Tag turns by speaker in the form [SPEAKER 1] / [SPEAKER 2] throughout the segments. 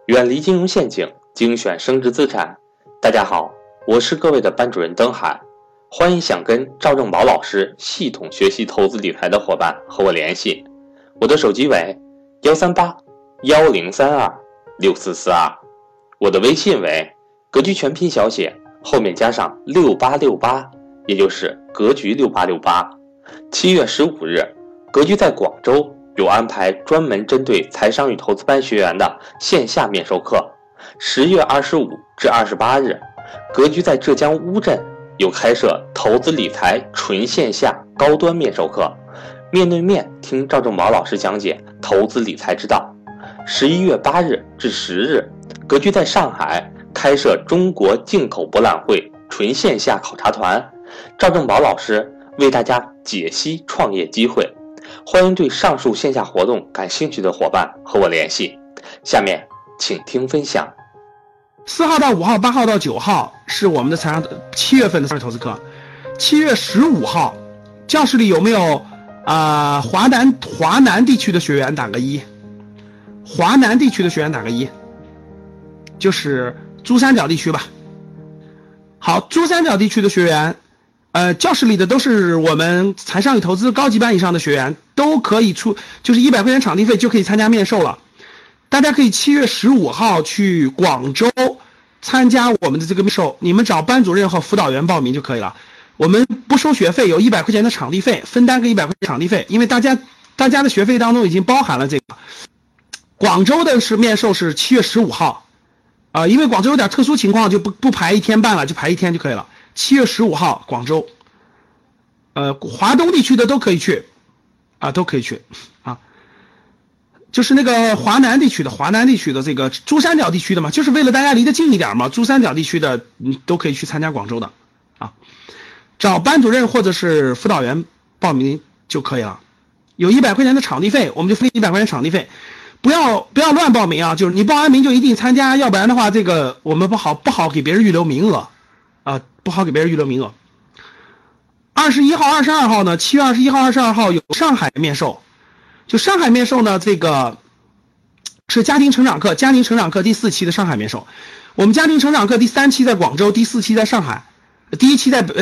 [SPEAKER 1] 远离金融陷阱，精选升值资产。大家好，我是各位的班主任登海，欢迎想跟赵正宝老师系统学习投资理财的伙伴和我联系，我的手机为13810326442，我的微信为格局全拼小写后面加上6868，也就是格局6868。7月15日，格局在广州有安排专门针对财商与投资班学员的线下面授课。10月25至28日，格局在浙江乌镇有开设投资理财纯线下高端面授课，面对面听赵正宝老师讲解投资理财之道。11月8日至10日，格局在上海开设中国进口博览会纯线下考察团，赵正宝老师为大家解析创业机会。欢迎对上述线下活动感兴趣的伙伴和我联系。下面请听分享。
[SPEAKER 2] 4号到5号、8号到9号是我们的7月份的投资课。7月15号，教室里有没有华南地区的学员打个1？华南地区的学员打个1，就是珠三角地区吧。好，珠三角地区的学员。教室里的都是我们财商与投资高级班以上的学员，都可以就是100块钱场地费就可以参加面授了。大家可以7月15号去广州参加我们的这个面授，你们找班主任和辅导员报名就可以了。我们不收学费，有100块钱的场地费，分担个100块钱场地费，因为大家的学费当中已经包含了这个。广州的面授是7月15号，因为广州有点特殊情况，就不排1天半了，就排1天就可以了。7月15号广州，华东地区的都可以去，都可以去啊。就是那个华南地区的这个珠三角地区的嘛，就是为了大家离得近一点嘛，珠三角地区的都可以去参加广州的啊。找班主任或者是辅导员报名就可以了，有100块钱的场地费，我们就分100块钱场地费，不要乱报名啊，就是你报完名就一定参加，要不然的话这个我们不好给别人预留名额。不好给别人预留名额。21号、22号呢？7月21号、22号有上海面授。就上海面授呢，这个是家庭成长课第4期的上海面授。我们家庭成长课第3期在广州，第4期在上海，第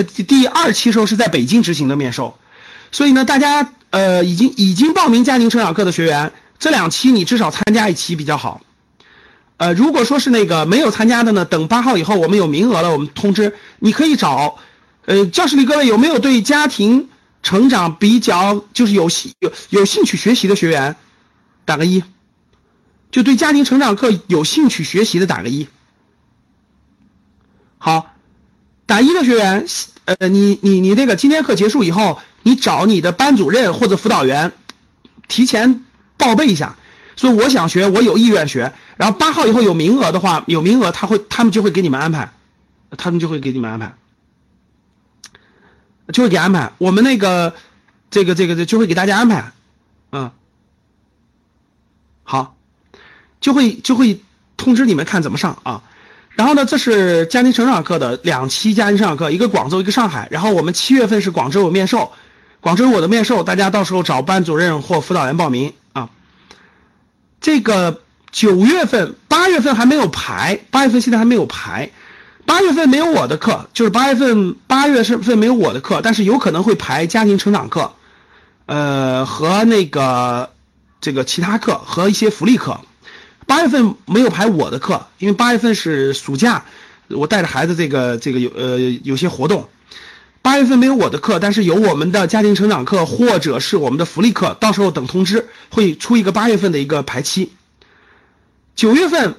[SPEAKER 2] 2期时候是在北京执行的面授。所以呢，大家已经报名家庭成长课的学员，这2期你至少参加1期比较好。如果说是那个没有参加的呢，等8号以后我们有名额了，我们通知你可以找，教室里各位有没有对家庭成长比较就是有兴趣学习的学员，打个1，就对家庭成长课有兴趣学习的打个1。好，打1的学员，你那个今天课结束以后，你找你的班主任或者辅导员，提前报备一下。所以我想学，我有意愿学，然后8号以后有名额的话，他们就会给你们安排，就会给安排，我们那个这个就会给大家安排，好，就会通知你们看怎么上啊。然后呢，这是家庭成长课的2期家庭成长课，一个广州，一个上海。然后我们7月份是广州有面授，广州有我的面授，大家到时候找班主任或辅导员报名啊。这个9月份、8月份还没有排，8月份现在还没有排，8月份没有我的课，就是8月份没有我的课，但是有可能会排家庭成长课，和那个这个其他课和一些福利课。8月份没有排我的课，因为8月份是暑假，我带着孩子有些活动。8月份没有我的课，但是有我们的家庭成长课或者是我们的福利课，到时候等通知会出一个8月份的一个排期。9月份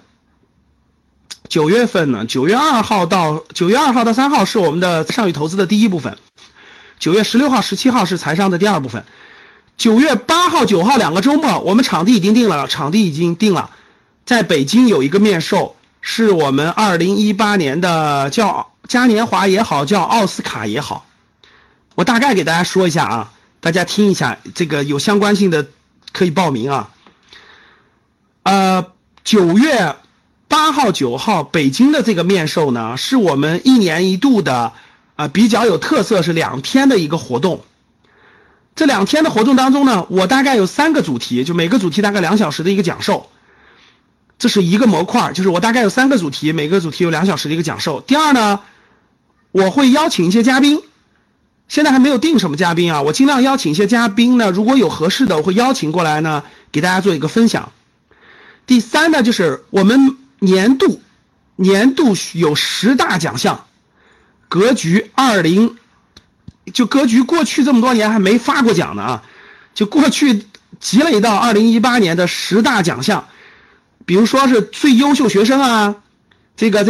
[SPEAKER 2] 呢，9月2号到3号是我们的财商与投资的第1部分，9月16号、17号是财商的第2部分。9月8号、9号2个周末，我们场地已经定了，在北京有一个面授，是我们2018年的叫嘉年华也好，叫奥斯卡也好，我大概给大家说一下啊，大家听一下，这个有相关性的可以报名啊。9月8号、9号北京的这个面授呢，是我们1年1度的比较有特色，是2天的一个活动。这2天的活动当中呢，我大概有3个主题，就每个主题大概2小时的一个讲授。 这是一个模块，就是我大概有3个主题，每个主题有2小时的一个讲授。第二呢，我会邀请一些嘉宾，现在还没有定什么嘉宾啊，我尽量邀请一些嘉宾呢，如果有合适的，我会邀请过来呢，给大家做一个分享。第3呢，就是我们年度有10大奖项，格局格局过去这么多年还没发过奖呢啊，就过去积累到2018年的10大奖项，比如说是最优秀学生啊，这个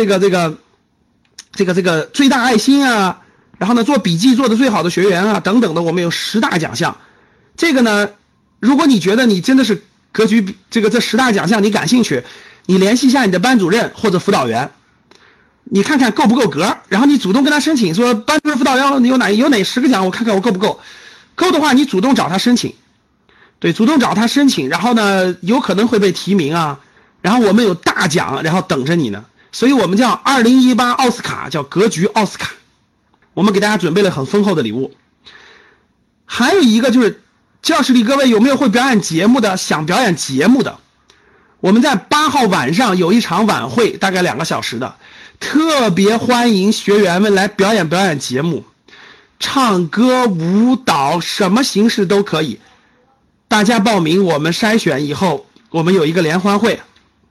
[SPEAKER 2] 最大爱心啊，然后呢做笔记做的最好的学员啊等等的，我们有10大奖项。这个呢，如果你觉得你真的是格局这10大奖项你感兴趣，你联系一下你的班主任或者辅导员，你看看够不够格，然后你主动跟他申请，说班主任辅导员有哪10个奖，我看看我够不够，够的话你主动找他申请，对，主动找他申请，然后呢有可能会被提名啊，然后我们有大奖然后等着你呢，所以我们叫2018奥斯卡，叫格局奥斯卡，我们给大家准备了很丰厚的礼物。还有一个就是教室里各位有没有会表演节目的，想表演节目的，我们在8号晚上有一场晚会，大概2个小时的，特别欢迎学员们来表演节目，唱歌舞蹈什么形式都可以，大家报名，我们筛选以后，我们有一个联欢会，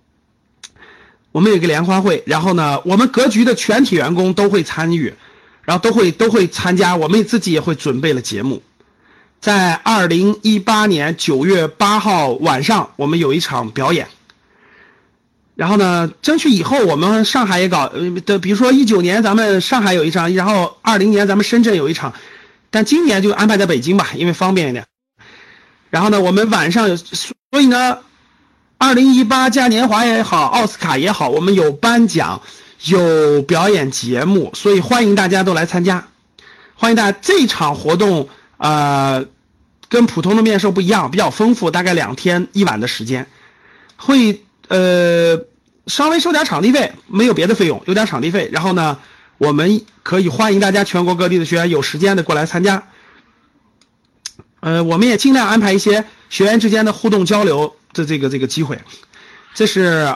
[SPEAKER 2] 然后呢我们格局的全体员工都会参与，然后都会参加，我们自己也会准备了节目。在2018年9月8号晚上我们有一场表演，然后呢争取以后我们上海也搞比如说19年咱们上海有一场，然后20年咱们深圳有一场，但今年就安排在北京吧，因为方便一点。然后呢我们晚上有，所以呢2018嘉年华也好，奥斯卡也好，我们有颁奖有表演节目，所以欢迎大家都来参加。欢迎大家，这场活动跟普通的面授不一样，比较丰富，大概2天1晚的时间，会稍微收点场地费，没有别的费用，有点场地费。然后呢我们可以欢迎大家全国各地的学员有时间的过来参加。我们也尽量安排一些学员之间的互动交流的这个机会。这是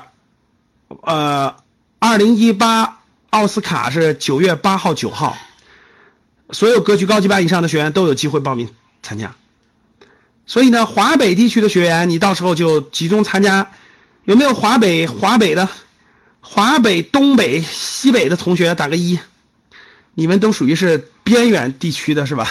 [SPEAKER 2] 2018奥斯卡是9月8号9号，所有格局高级班以上的学员都有机会报名参加。所以呢华北地区的学员你到时候就集中参加，有没有华北的，华北东北西北的同学打个1，你们都属于是边远地区的是吧？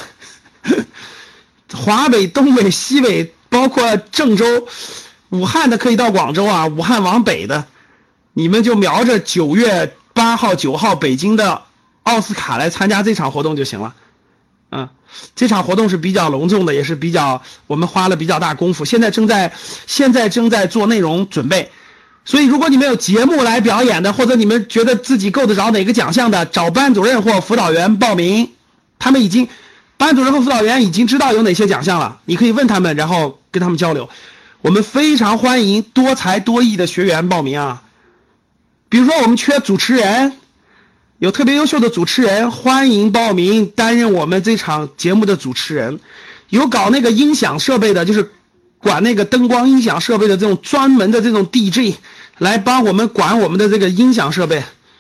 [SPEAKER 2] 华北东北西北包括郑州武汉的可以到广州啊，武汉往北的你们就瞄着9月8号9号北京的奥斯卡来参加这场活动就行了。这场活动是比较隆重的，也是我们花了比较大功夫，现在正在做内容准备。所以如果你们有节目来表演的，或者你们觉得自己够得着哪个奖项的，找班主任或辅导员报名，班主任和辅导员已经知道有哪些奖项了，你可以问他们，然后跟他们交流。我们非常欢迎多才多艺的学员报名啊，比如说我们缺主持人，有特别优秀的主持人，欢迎报名担任我们这场节目的主持人。有搞那个音响设备的，就是管那个灯光音响设备的这种专门的这种 DJ 来帮我们管我们的这个音响设备。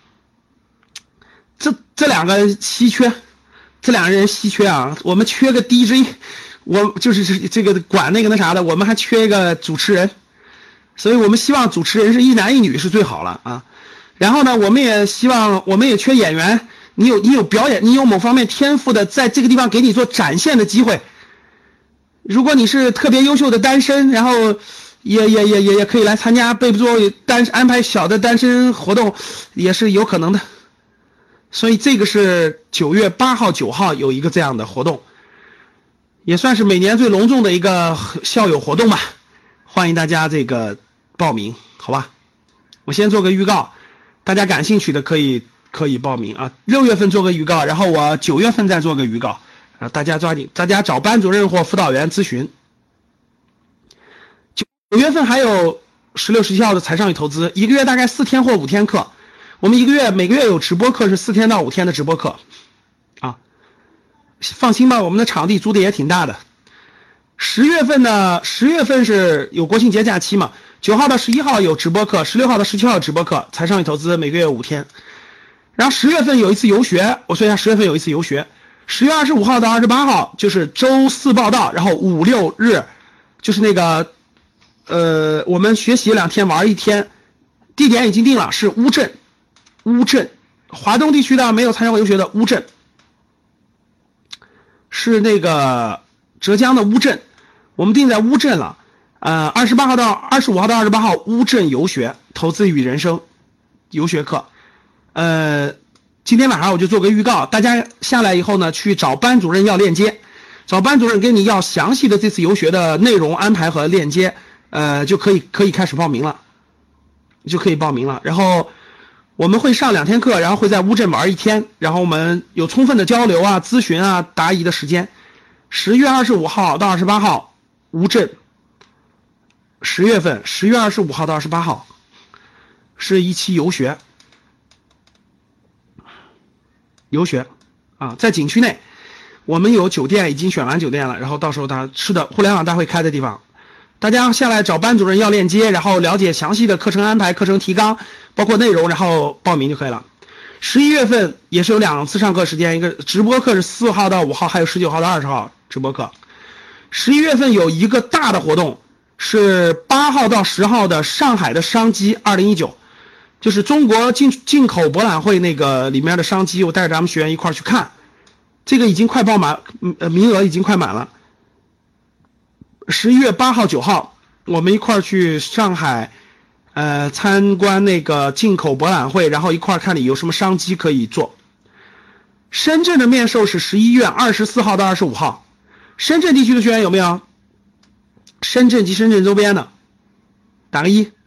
[SPEAKER 2] 这2个稀缺，这2个人稀缺啊，我们缺个 DJ， 我就是这个管那个啥的，我们还缺一个主持人，所以我们希望主持人是1男1女是最好了啊。然后呢我们也缺演员，你有表演，你有某方面天赋的，在这个地方给你做展现的机会。如果你是特别优秀的单身，然后也可以来参加，被做安排小的单身活动也是有可能的。所以这个是9月8号9号有一个这样的活动，也算是每年最隆重的一个校友活动吧，欢迎大家这个报名，好吧？我先做个预告，大家感兴趣的可以报名啊。6月份做个预告，然后我9月份再做个预告啊，大家抓紧，大家找班主任或辅导员咨询。9月份还有16、17号的财商与投资，一个月大概4天或5天课，我们每个月有直播课，是4天到5天的直播课啊。放心吧，我们的场地租的也挺大的。10月份是有国庆节假期嘛 9号到11号有直播课，16号到17号有直播课，财商与投资每个月5天。然后10月份有一次游学，我说一下10月份有一次游学，10月25号到28号就是周4报到，然后5、6日就是那个我们学习2天玩1天，地点已经定了，是乌镇，华东地区的没有参加过游学的乌镇，是那个浙江的乌镇，我们定在乌镇了。25号到28号乌镇游学，投资与人生游学课。今天晚上我就做个预告，大家下来以后呢，去找班主任要链接，找班主任跟你要详细的这次游学的内容安排和链接，就可以开始报名了，然后我们会上2天课，然后会在乌镇玩1天，然后我们有充分的交流啊、咨询啊、答疑的时间。10月25号到28号乌镇，10月份10月25号到28号是一期游学啊，在景区内，我们有酒店已经选完酒店了，然后到时候他吃的互联网大会开的地方，大家下来找班主任要链接，然后了解详细的课程安排、课程提纲，包括内容，然后报名就可以了。11月份也是有2次上课时间，一个直播课是4号到5号，还有19号到20号直播课。11月份有一个大的活动，是8号到10号的上海的商机2019，就是中国进口博览会那个里面的商机，我带着咱们学员一块去看，这个已经快爆满，名额已经快满了。11月8号、9号，我们一块去上海，参观那个进口博览会，然后一块看你有什么商机可以做。深圳的面授是11月24号到25号，深圳地区的学员有没有？深圳及深圳周边的，打个1。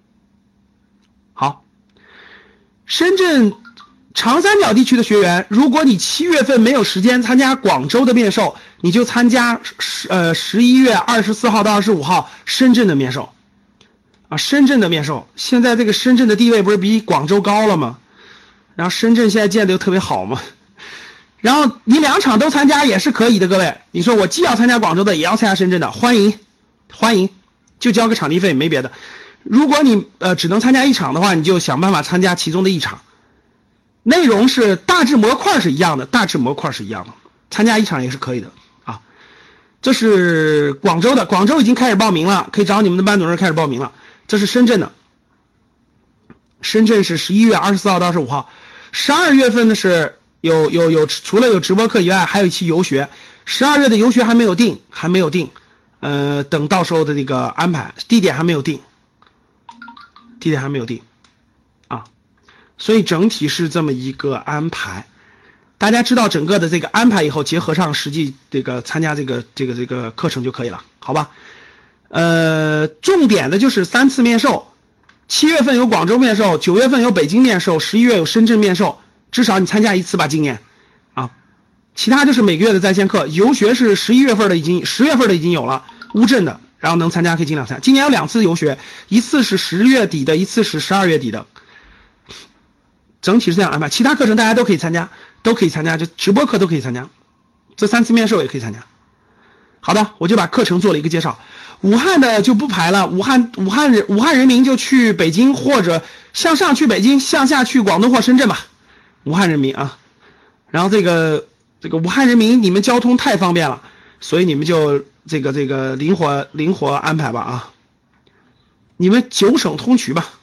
[SPEAKER 2] 好，深圳长三角地区的学员，如果你7月份没有时间参加广州的面授，你就参加11月24号到25号深圳的面授啊，深圳的面授。现在这个深圳的地位不是比广州高了吗？然后深圳现在建的又特别好嘛，然后你2场都参加也是可以的，各位。你说我既要参加广州的，也要参加深圳的，欢迎，就交个场地费，没别的。如果你只能参加1场的话，你就想办法参加其中的1场。内容是大致模块是一样的，参加1场也是可以的啊。这是广州的，广州已经开始报名了，可以找你们的班主任开始报名了。这是深圳的，深圳是11月24号到25号。12月份的是有除了有直播课以外，还有一期游学。12月的游学还没有定，等到时候的这个安排，地点还没有定啊，所以整体是这么一个安排。大家知道整个的这个安排以后，结合上实际这个参加这个课程就可以了，好吧？重点的就是3次面授，7月份有广州面授，9月份有北京面授，11月有深圳面授，至少你参加1次吧，今年啊。其他就是每个月的在线课，游学是10月份的已经有了，乌镇的，然后能参加可以尽量参加。今年有2次游学，一次是10月底的，一次是12月底的，整体是这样安排。其他课程大家都可以参加，就直播课都可以参加，这3次面授也可以参加。好的，我就把课程做了一个介绍。武汉的就不排了，武汉人民就去北京，或者向上去北京，向下去广东或深圳吧。武汉人民啊，然后这个武汉人民，你们交通太方便了，所以你们就这个灵活安排吧啊，你们9省通衢吧。